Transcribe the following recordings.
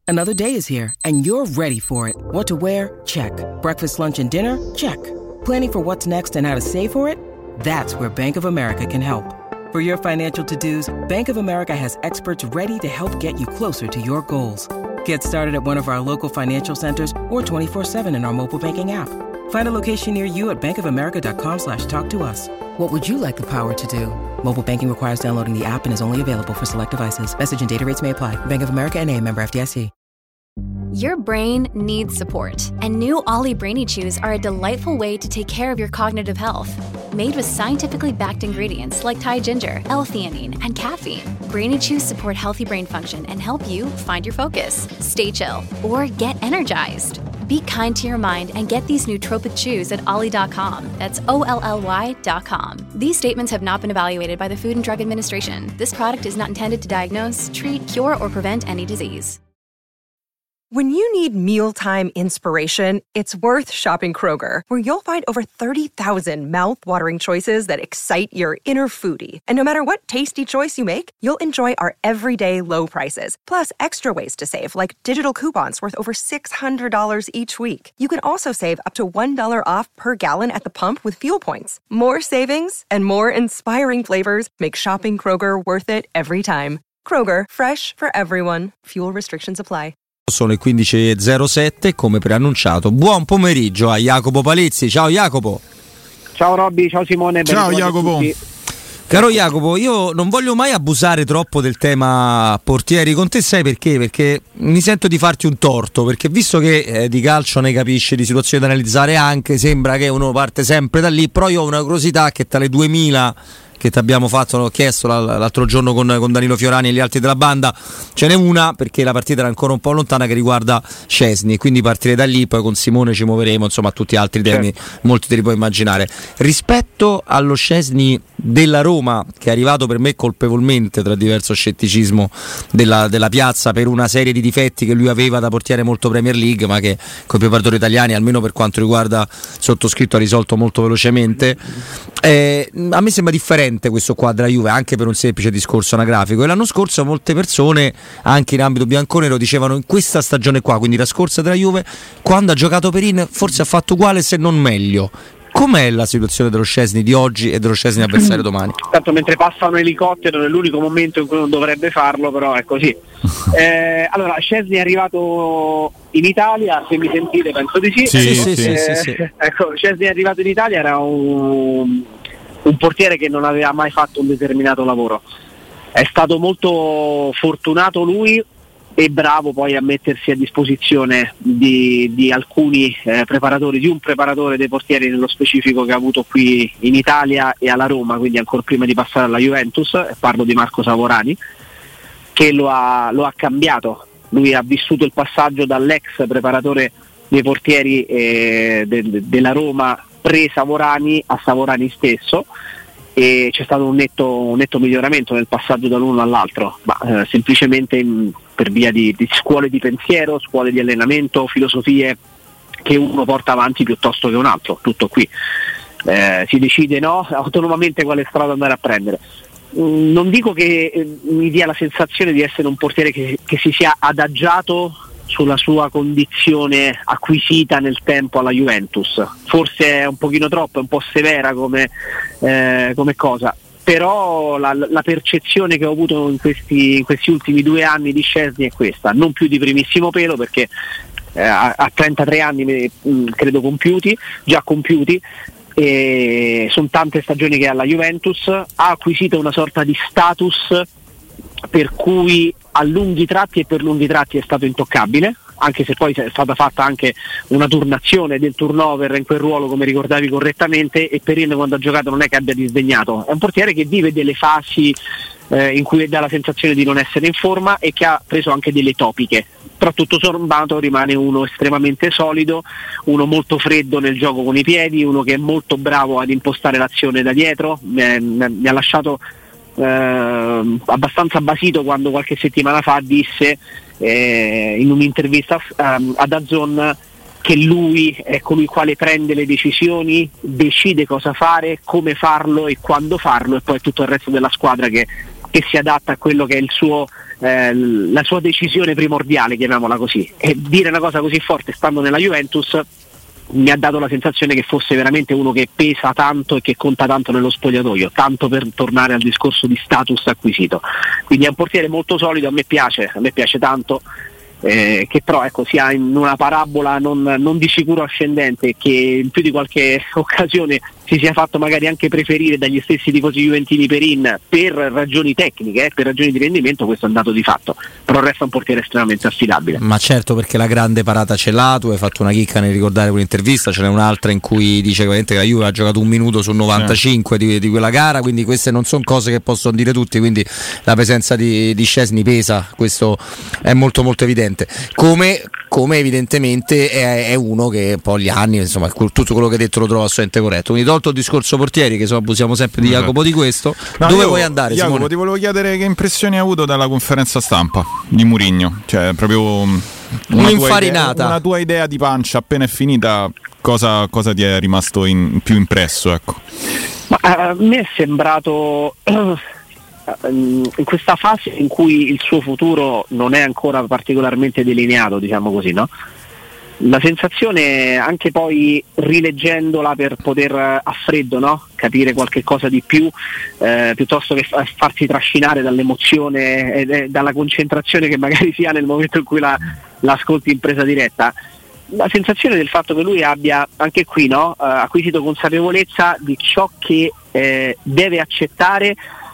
Another day is here, and you're ready for it. What to wear? Check. Breakfast, lunch, and dinner? Check. Planning for what's next and how to save for it? That's where Bank of America can help. For your financial to-dos, Bank of America has experts ready to help get you closer to your goals. Get started at one of our local financial centers or 24/7 in our mobile banking app. Find a location near you at bankofamerica.com/talktous. What would you like the power to do? Mobile banking requires downloading the app and is only available for select devices. Message and data rates may apply. Bank of America N.A., member FDIC. Your brain needs support, and new Ollie Brainy Chews are a delightful way to take care of your cognitive health. Made with scientifically backed ingredients like Thai ginger, L-theanine, and caffeine, Brainy Chews support healthy brain function and help you find your focus, stay chill, or get energized. Be kind to your mind and get these nootropic chews at ollie.com. That's OLLY.com. These statements have not been evaluated by the Food and Drug Administration. This product is not intended to diagnose, treat, cure, or prevent any disease. When you need mealtime inspiration, it's worth shopping Kroger, where you'll find over 30,000 mouth-watering choices that excite your inner foodie. And no matter what tasty choice you make, you'll enjoy our everyday low prices, plus extra ways to save, like digital coupons worth over $600 each week. You can also save up to $1 off per gallon at the pump with fuel points. More savings and more inspiring flavors make shopping Kroger worth it every time. Kroger, fresh for everyone. Fuel restrictions apply. Sono le 15.07, come preannunciato. Buon pomeriggio a Jacopo Palizzi. Ciao Jacopo. Ciao Robby, ciao Simone. Ciao Jacopo. Caro Jacopo, io non voglio mai abusare troppo del tema portieri con te, sai perché? Perché mi sento di farti un torto, perché visto che di calcio ne capisci, di situazioni da analizzare anche, sembra che uno parte sempre da lì, però io ho una curiosità che tra le 2000 che ti abbiamo fatto, l'ho chiesto l'altro giorno con Danilo Fiorani e gli altri della banda, ce n'è una perché la partita era ancora un po' lontana, che riguarda Szczesny, quindi partirei da lì, poi con Simone ci muoveremo, insomma, a tutti gli altri temi, molti te li puoi immaginare. Rispetto allo Szczesny della Roma, che è arrivato per me colpevolmente, tra diverso scetticismo della piazza, per una serie di difetti che lui aveva da portiere molto Premier League, ma che con i preparatori italiani, almeno per quanto riguarda sottoscritto, ha risolto molto velocemente. A me sembra differente questo qua della Juve, anche per un semplice discorso anagrafico, e l'anno scorso molte persone anche in ambito bianconero dicevano in questa stagione qua, quindi la scorsa della Juve, quando ha giocato Perin forse ha fatto uguale se non meglio. Com'è la situazione dello Szczesny di oggi e dello Szczesny avversario domani? Tanto mentre passa un elicottero nell'unico momento in cui non dovrebbe farlo, però è così. Allora, Szczesny è arrivato in Italia, se mi sentite penso di sì. Sì. Ecco, Szczesny è arrivato in Italia, era un portiere che non aveva mai fatto un determinato lavoro. È stato molto fortunato lui e bravo poi a mettersi a disposizione di alcuni preparatori, di un preparatore dei portieri nello specifico che ha avuto qui in Italia e alla Roma, quindi ancora prima di passare alla Juventus. Parlo di Marco Savorani, che lo ha cambiato. Lui ha vissuto il passaggio dall'ex preparatore dei portieri della Roma pre-Savorani a Savorani stesso, e c'è stato un netto miglioramento nel passaggio dall'uno all'altro, ma semplicemente per via di scuole di pensiero, scuole di allenamento, filosofie che uno porta avanti piuttosto che un altro, tutto qui. Si decide autonomamente quale strada andare a prendere. Non dico che mi dia la sensazione di essere un portiere che si sia adagiato sulla sua condizione acquisita nel tempo alla Juventus. Forse è un pochino troppo, è un po' severa come cosa, però la percezione che ho avuto in questi ultimi 2 anni di Szczesny è questa, non più di primissimo pelo, perché ha 33 anni credo già compiuti, e sono tante stagioni che è alla Juventus, ha acquisito una sorta di status per cui a lunghi tratti e per lunghi tratti è stato intoccabile, anche se poi è stata fatta anche una turnazione del turnover in quel ruolo, come ricordavi correttamente, e Perin quando ha giocato non è che abbia disdegnato. È un portiere che vive delle fasi in cui dà la sensazione di non essere in forma e che ha preso anche delle topiche, però tutto sommato rimane uno estremamente solido, uno molto freddo nel gioco con i piedi, uno che è molto bravo ad impostare l'azione da dietro. Mi ha lasciato abbastanza basito quando qualche settimana fa disse in un'intervista a DAZN che lui è colui quale prende le decisioni, decide cosa fare, come farlo e quando farlo, e poi tutto il resto della squadra che si adatta a quello che è il suo la sua decisione primordiale, chiamiamola così, e dire una cosa così forte stando nella Juventus mi ha dato la sensazione che fosse veramente uno che pesa tanto e che conta tanto nello spogliatoio, tanto per tornare al discorso di status acquisito. Quindi è un portiere molto solido, a me piace tanto, che però ecco sia in una parabola non di sicuro ascendente, che in più di qualche occasione si sia fatto magari anche preferire dagli stessi tifosi juventini per ragioni tecniche, per ragioni di rendimento. Questo è un dato di fatto, però resta un portiere estremamente affidabile. Ma certo, perché la grande parata ce l'ha, tu hai fatto una chicca nel ricordare quell'intervista, ce n'è un'altra in cui dice che la Juve ha giocato un minuto su 95 di quella gara, quindi queste non sono cose che possono dire tutti, quindi la presenza di Szczęsny pesa, questo è molto molto evidente, come evidentemente è uno che poi gli anni, insomma, tutto quello che hai detto lo trovo assolutamente corretto. Quindi tolto il discorso portieri, che abusiamo sempre di Jacopo di questo, dove vuoi andare, Jacopo, Simone? ti volevo chiedere che impressioni hai avuto dalla conferenza stampa di Mourinho, cioè proprio un'infarinata, una tua idea di pancia appena è finita, cosa ti è rimasto più impresso, ecco? Ma a me è sembrato in questa fase in cui il suo futuro non è ancora particolarmente delineato, diciamo così, no? La sensazione, anche poi rileggendola per poter a freddo, no? Capire qualche cosa di più, piuttosto che farsi trascinare dall'emozione e dalla concentrazione che magari si ha nel momento in cui l'ascolti in presa diretta, la sensazione del fatto che lui abbia anche qui, no? Acquisito consapevolezza di ciò che deve accettare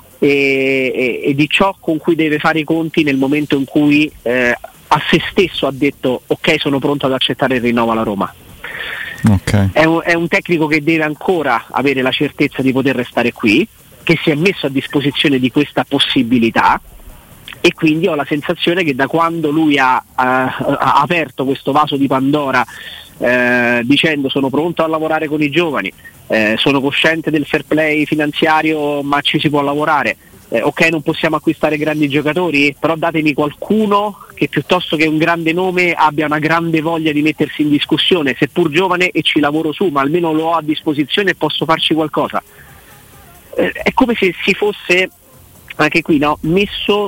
e di ciò con cui deve fare i conti nel momento in cui a se stesso ha detto ok, sono pronto ad accettare il rinnovo alla Roma. Okay. È un tecnico che deve ancora avere la certezza di poter restare qui, che si è messo a disposizione di questa possibilità, e quindi ho la sensazione che da quando lui ha aperto questo vaso di Pandora dicendo sono pronto a lavorare con i giovani, sono cosciente del fair play finanziario ma ci si può lavorare, ok, non possiamo acquistare grandi giocatori, però datemi qualcuno che piuttosto che un grande nome abbia una grande voglia di mettersi in discussione, seppur giovane, e ci lavoro su, ma almeno lo ho a disposizione e posso farci qualcosa. È come se si fosse anche qui, no, messo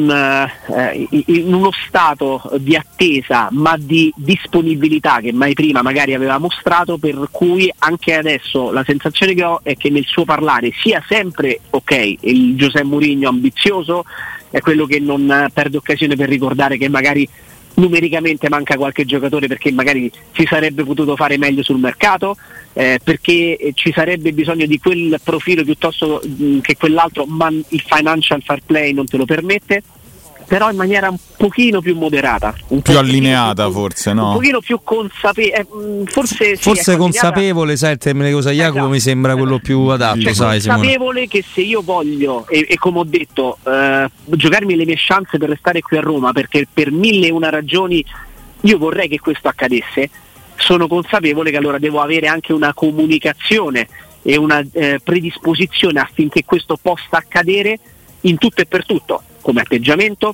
in uno stato di attesa ma di disponibilità che mai prima magari aveva mostrato, per cui anche adesso la sensazione che ho è che nel suo parlare sia sempre ok, il Giuseppe Mourinho ambizioso, è quello che non perde occasione per ricordare che magari numericamente manca qualche giocatore perché magari si sarebbe potuto fare meglio sul mercato, perché ci sarebbe bisogno di quel profilo piuttosto che quell'altro, ma il financial fair play non te lo permette, però in maniera un pochino più moderata, più allineata, forse, no? Un pochino più consapevole, forse consapevole, sai, il termine che usa Jacopo, esatto, mi sembra quello più adatto, cioè, sai, consapevole Simone, che se io voglio e come ho detto giocarmi le mie chance per restare qui a Roma, perché per 1001 ragioni io vorrei che questo accadesse, sono consapevole che allora devo avere anche una comunicazione e una predisposizione affinché questo possa accadere in tutto e per tutto, come atteggiamento,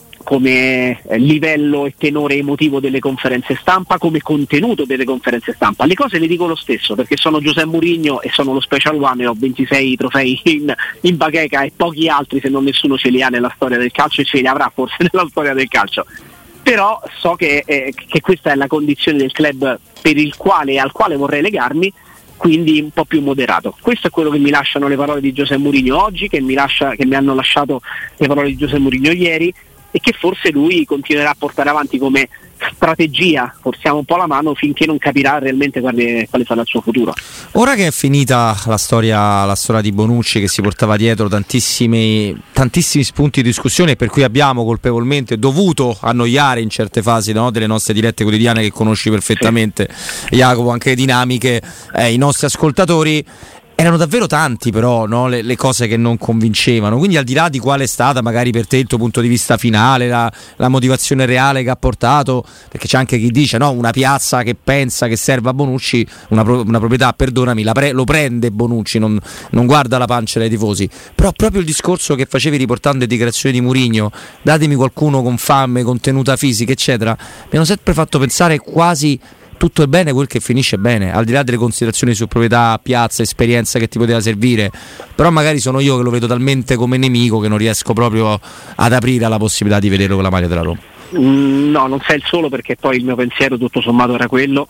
come livello e tenore emotivo delle conferenze stampa, come contenuto delle conferenze stampa. Le cose le dico lo stesso perché sono Giuseppe Mourinho e sono lo special one e ho 26 trofei in bacheca e pochi altri, se non nessuno ce li ha nella storia del calcio, e ce li avrà forse nella storia del calcio. Però so che questa è la condizione del club per il quale e al quale vorrei legarmi, quindi un po' più moderato. Questo è quello che mi lasciano le parole di Giuseppe Mourinho oggi, che mi hanno lasciato le parole di Giuseppe Mourinho ieri, e che forse lui continuerà a portare avanti come strategia, forziamo un po' la mano finché non capirà realmente quale sarà il suo futuro. Ora che è finita la storia di Bonucci, che si portava dietro tantissimi spunti di discussione, per cui abbiamo colpevolmente dovuto annoiare in certe fasi, no, delle nostre dirette quotidiane, che conosci perfettamente, sì, Jacopo, anche le dinamiche, i nostri ascoltatori. Erano davvero tanti però, no, le cose che non convincevano, quindi al di là di qual è stata magari per te il tuo punto di vista finale, la motivazione reale che ha portato, perché c'è anche chi dice no, una piazza che pensa che serva a Bonucci, una proprietà, perdonami, lo prende Bonucci, non guarda la pancia dei tifosi, però proprio il discorso che facevi riportando le dichiarazioni di Mourinho, datemi qualcuno con fame, con tenuta fisica eccetera, mi hanno sempre fatto pensare quasi tutto è bene quel che finisce bene, al di là delle considerazioni su proprietà, piazza, esperienza che ti poteva servire, però magari sono io che lo vedo talmente come nemico che non riesco proprio ad aprire alla possibilità di vederlo con la maglia della Roma. No, non sei il solo, perché poi il mio pensiero tutto sommato era quello.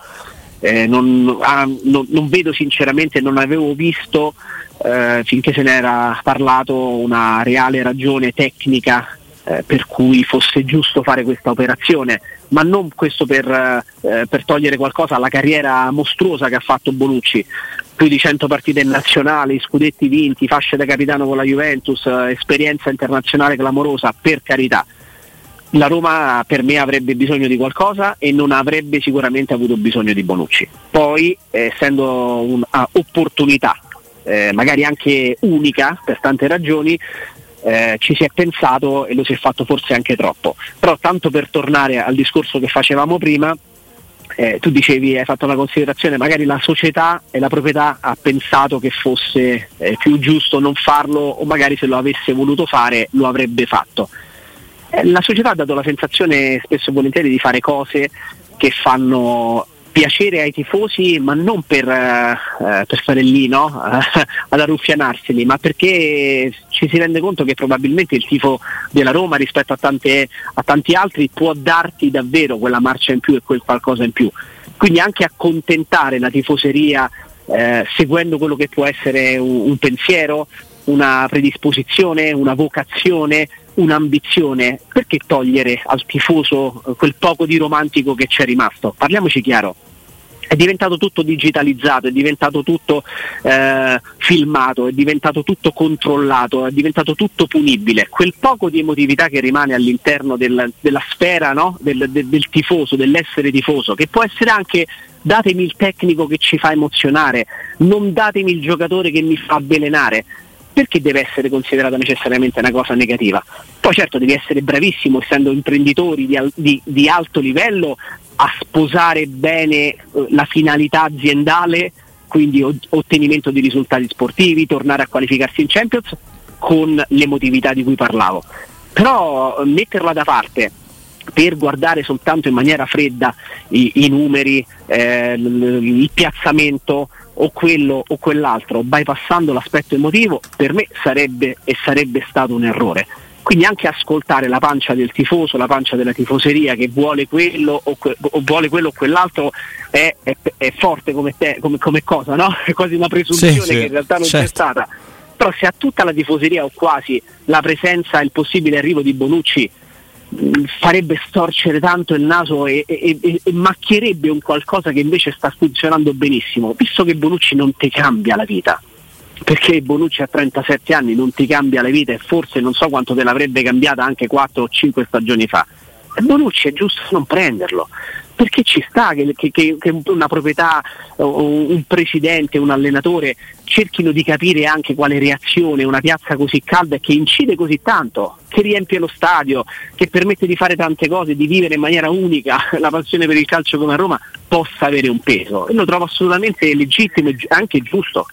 Non vedo sinceramente, non avevo visto finché se ne era parlato una reale ragione tecnica per cui fosse giusto fare questa operazione, ma non questo per togliere qualcosa alla carriera mostruosa che ha fatto Bonucci, più di 100 partite nazionali, scudetti vinti, fasce da capitano con la Juventus, esperienza internazionale clamorosa, per carità. La Roma per me avrebbe bisogno di qualcosa e non avrebbe sicuramente avuto bisogno di Bonucci. Poi, essendo un'opportunità magari anche unica per tante ragioni, ci si è pensato e lo si è fatto forse anche troppo. Però, tanto per tornare al discorso che facevamo prima, tu dicevi, hai fatto una considerazione, magari la società e la proprietà ha pensato che fosse più giusto non farlo, o magari se lo avesse voluto fare lo avrebbe fatto. La società ha dato la sensazione spesso e volentieri di fare cose che fanno piacere ai tifosi, ma non per stare lì, no? Ad arruffianarseli, ma perché ci si rende conto che probabilmente il tifo della Roma rispetto a tanti altri può darti davvero quella marcia in più e quel qualcosa in più. Quindi anche accontentare la tifoseria seguendo quello che può essere un pensiero, una predisposizione, una vocazione, un'ambizione, perché togliere al tifoso quel poco di romantico che c'è rimasto? Parliamoci chiaro, è diventato tutto digitalizzato, è diventato tutto filmato, è diventato tutto controllato, è diventato tutto punibile. Quel poco di emotività che rimane all'interno della sfera, no? del tifoso, dell'essere tifoso, che può essere anche: datemi il tecnico che ci fa emozionare, non datemi il giocatore che mi fa avvelenare. Perché deve essere considerata necessariamente una cosa negativa? Poi certo devi essere bravissimo, essendo imprenditori di alto livello, a sposare bene la finalità aziendale, quindi ottenimento di risultati sportivi, tornare a qualificarsi in Champions, con l'emotività di cui parlavo. Però metterla da parte per guardare soltanto in maniera fredda i numeri, il piazzamento o quello o quell'altro, bypassando l'aspetto emotivo, per me sarebbe stato un errore. Quindi anche ascoltare la pancia del tifoso, la pancia della tifoseria che vuole quello o vuole quello o quell'altro è forte come cosa, no? È quasi una presunzione che in realtà non c'è stata. Però se a tutta la tifoseria o quasi la presenza e il possibile arrivo di Bonucci farebbe storcere tanto il naso e macchierebbe un qualcosa che invece sta funzionando benissimo, visto che Bonucci non ti cambia la vita, perché Bonucci a 37 anni non ti cambia la vita, e forse non so quanto te l'avrebbe cambiata anche 4 o 5 stagioni fa. E Bonucci è giusto non prenderlo, perché ci sta che una proprietà, un presidente, un allenatore cerchino di capire anche quale reazione una piazza così calda, che incide così tanto, che riempie lo stadio, che permette di fare tante cose, di vivere in maniera unica la passione per il calcio come a Roma, possa avere un peso. E lo trovo assolutamente legittimo e anche giusto.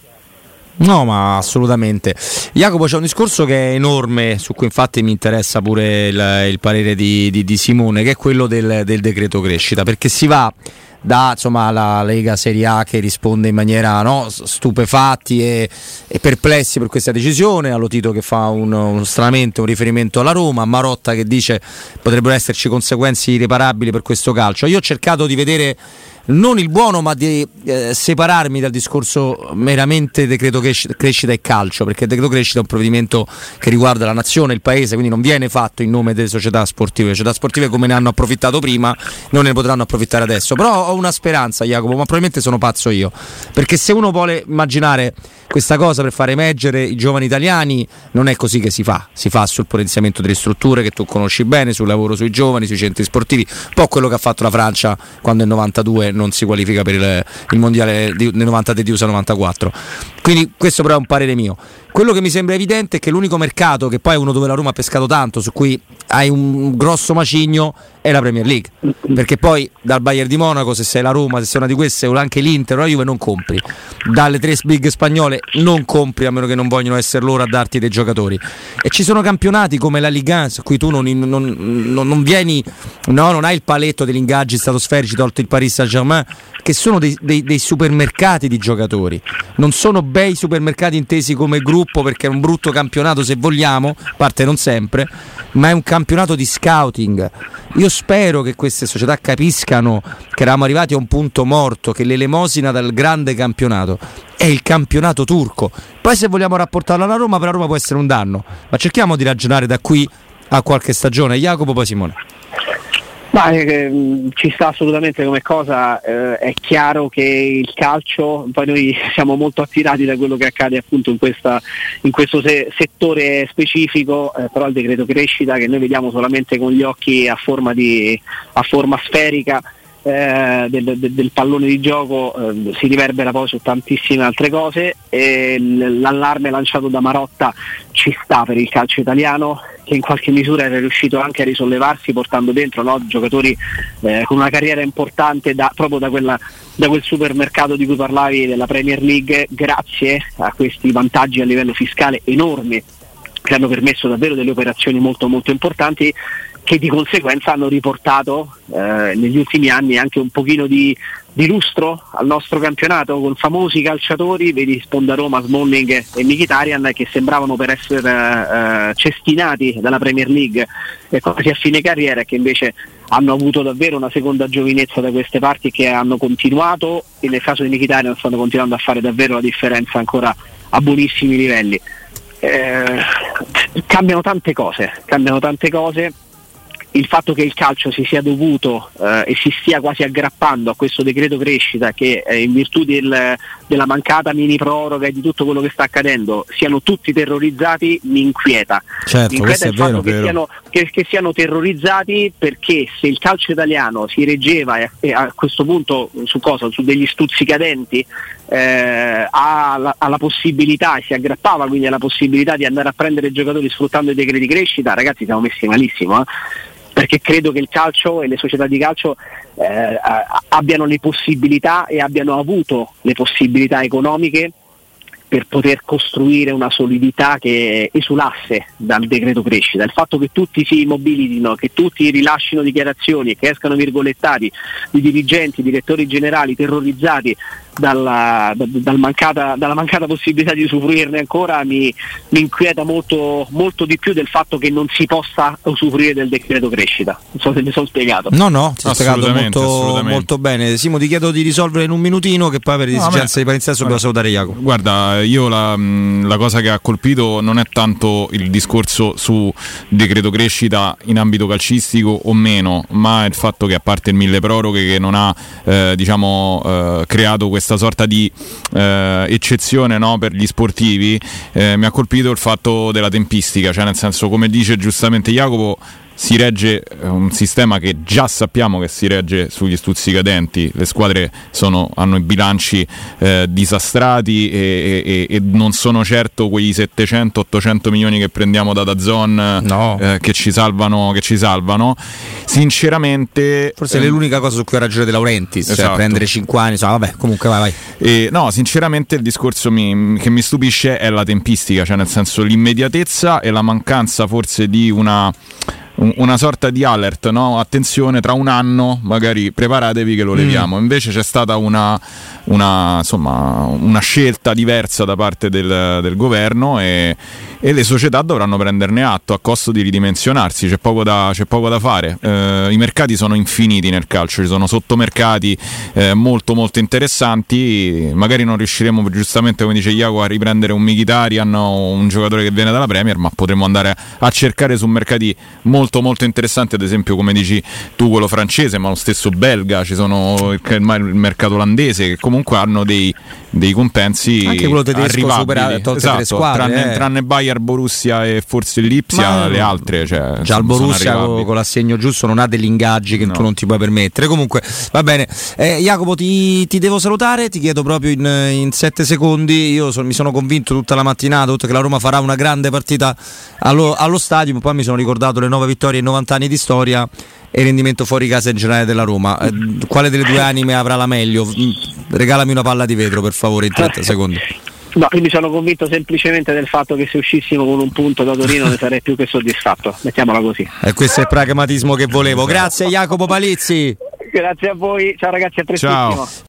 No, ma assolutamente. Jacopo, c'è un discorso che è enorme, su cui infatti mi interessa pure il parere di Simone, che è quello del decreto crescita, perché si va da la Lega Serie A che risponde in maniera stupefatti e perplessi per questa decisione, a Lotito che fa uno stranamente un riferimento alla Roma, a Marotta che dice potrebbero esserci conseguenze irreparabili per questo calcio. Io ho cercato di vedere non il buono, ma di separarmi dal discorso meramente decreto crescita e calcio, perché il decreto crescita è un provvedimento che riguarda la nazione, il paese, quindi non viene fatto in nome delle società sportive. Le società sportive, come ne hanno approfittato prima, non ne potranno approfittare adesso. Però ho una speranza, Jacopo, ma probabilmente sono pazzo io, perché se uno vuole immaginare questa cosa per far emergere i giovani italiani, non è così che si fa sul potenziamento delle strutture che tu conosci bene, sul lavoro sui giovani, sui centri sportivi, un po' quello che ha fatto la Francia quando nel 92 non si qualifica per il mondiale nel 93 di USA 94. Quindi questo però è un parere mio. Quello che mi sembra evidente è che l'unico mercato, che poi è uno dove la Roma ha pescato tanto, su cui hai un grosso macigno, è la Premier League, perché poi dal Bayern di Monaco, se sei la Roma, se sei una di queste, o anche l'Inter o la Juve, non compri. Dalle 3 big spagnole non compri, a meno che non vogliono essere loro a darti dei giocatori. E ci sono campionati come la Ligue 1 su cui tu non vieni, non hai il paletto degli ingaggi stratosferici, tolto il Paris Saint-Germain, che sono dei supermercati di giocatori. Non sono bei supermercati intesi come gruppo, perché è un brutto campionato, se vogliamo, a parte non sempre, ma è un campionato di scouting. Io spero che queste società capiscano che eravamo arrivati a un punto morto, che l'elemosina dal grande campionato è il campionato turco. Poi se vogliamo rapportarlo alla Roma, per la Roma può essere un danno, ma cerchiamo di ragionare da qui a qualche stagione. Jacopo, poi Simone. Ma ci sta assolutamente come cosa, è chiaro che il calcio, poi noi siamo molto attirati da quello che accade appunto in questo settore specifico, però il decreto crescita, che noi vediamo solamente con gli occhi a forma sferica del pallone di gioco, si riverbera poi su tantissime altre cose, e l'allarme lanciato da Marotta ci sta per il calcio italiano, che in qualche misura era riuscito anche a risollevarsi portando dentro, no, giocatori con una carriera importante proprio da quel supermercato di cui parlavi della Premier League, grazie a questi vantaggi a livello fiscale enormi che hanno permesso davvero delle operazioni molto molto importanti, che di conseguenza hanno riportato negli ultimi anni anche un pochino di lustro al nostro campionato, con famosi calciatori, vedi Sponda Roma, Smalling e Mkhitaryan, che sembravano per essere cestinati dalla Premier League quasi a fine carriera, e che invece hanno avuto davvero una seconda giovinezza da queste parti, che hanno continuato, e nel caso di Mkhitaryan stanno continuando a fare davvero la differenza ancora a buonissimi livelli. Cambiano tante cose. Il fatto che il calcio si sia dovuto e si stia quasi aggrappando a questo decreto crescita, che in virtù della mancata mini proroga e di tutto quello che sta accadendo siano tutti terrorizzati, mi inquieta. Certo, mi inquieta il fatto vero. che siano terrorizzati, perché se il calcio italiano si reggeva e a questo punto su degli stuzzicadenti, ha la possibilità, e si aggrappava quindi alla possibilità di andare a prendere giocatori sfruttando i decreti crescita, ragazzi, siamo messi malissimo, perché credo che il calcio e le società di calcio abbiano le possibilità e abbiano avuto le possibilità economiche per poter costruire una solidità che esulasse dal decreto crescita. Il fatto che tutti si mobilitino, che tutti rilascino dichiarazioni, che escano virgolettati di dirigenti, direttori generali terrorizzati dalla mancata possibilità di usufruirne ancora, mi inquieta molto, molto di più del fatto che non si possa usufruire del decreto crescita. Non so se mi sono spiegato. No, ti ho spiegato molto bene. Simo, ti chiedo di risolvere in un minutino, che poi per esigenze di palinsesto dobbiamo salutare Jacopo. Guarda, io la cosa che ha colpito non è tanto il discorso su decreto crescita in ambito calcistico o meno, ma è il fatto che, a parte il mille proroghe che non ha creato questa sorta di eccezione, no, per gli sportivi, mi ha colpito il fatto della tempistica, cioè nel senso, come dice giustamente Jacopo, si regge un sistema che già sappiamo che si regge sugli stuzzicadenti. Le squadre hanno i bilanci disastrati e non sono certo quegli 700-800 milioni che prendiamo da DAZN che ci salvano. Sinceramente, forse è l'unica cosa su cui ha ragione De Laurentiis, esatto. Cioè prendere 5 anni, vabbè, comunque vai. No, sinceramente il discorso che mi stupisce è la tempistica, cioè nel senso l'immediatezza e la mancanza forse di una sorta di alert, no? Attenzione, tra un anno magari preparatevi che lo leviamo. Invece c'è stata una scelta diversa da parte del governo, e le società dovranno prenderne atto a costo di ridimensionarsi. C'è poco da fare. I mercati sono infiniti nel calcio, ci sono sottomercati molto molto interessanti. Magari non riusciremo, giustamente come dice Iago, a riprendere un Mkhitaryan o un giocatore che viene dalla Premier, ma potremo andare a cercare su mercati molto molto interessanti, ad esempio come dici tu quello francese, ma lo stesso belga, ci sono il mercato olandese, che comunque hanno dei dei compensi anche quello tedesco supera tre squadre, tranne Bayern, Borussia e forse il Lipsia, le altre già il Borussia con l'assegno giusto non ha degli ingaggi che tu non ti puoi permettere. Comunque va bene, Jacopo, ti devo salutare, ti chiedo proprio in 7 secondi. Io mi sono convinto tutta la mattinata che la Roma farà una grande partita allo stadio, poi mi sono ricordato le 9 vittorie in 90 anni di storia e il rendimento fuori casa in generale della Roma. Quale delle due anime avrà la meglio? Regalami una palla di vetro per favore in 30 secondi. No, io mi sono convinto semplicemente del fatto che se uscissimo con un punto da Torino ne sarei più che soddisfatto, mettiamola così. E questo è il pragmatismo che volevo. Grazie Jacopo Palizzi. Grazie a voi, ciao ragazzi, a prestissimo. Ciao.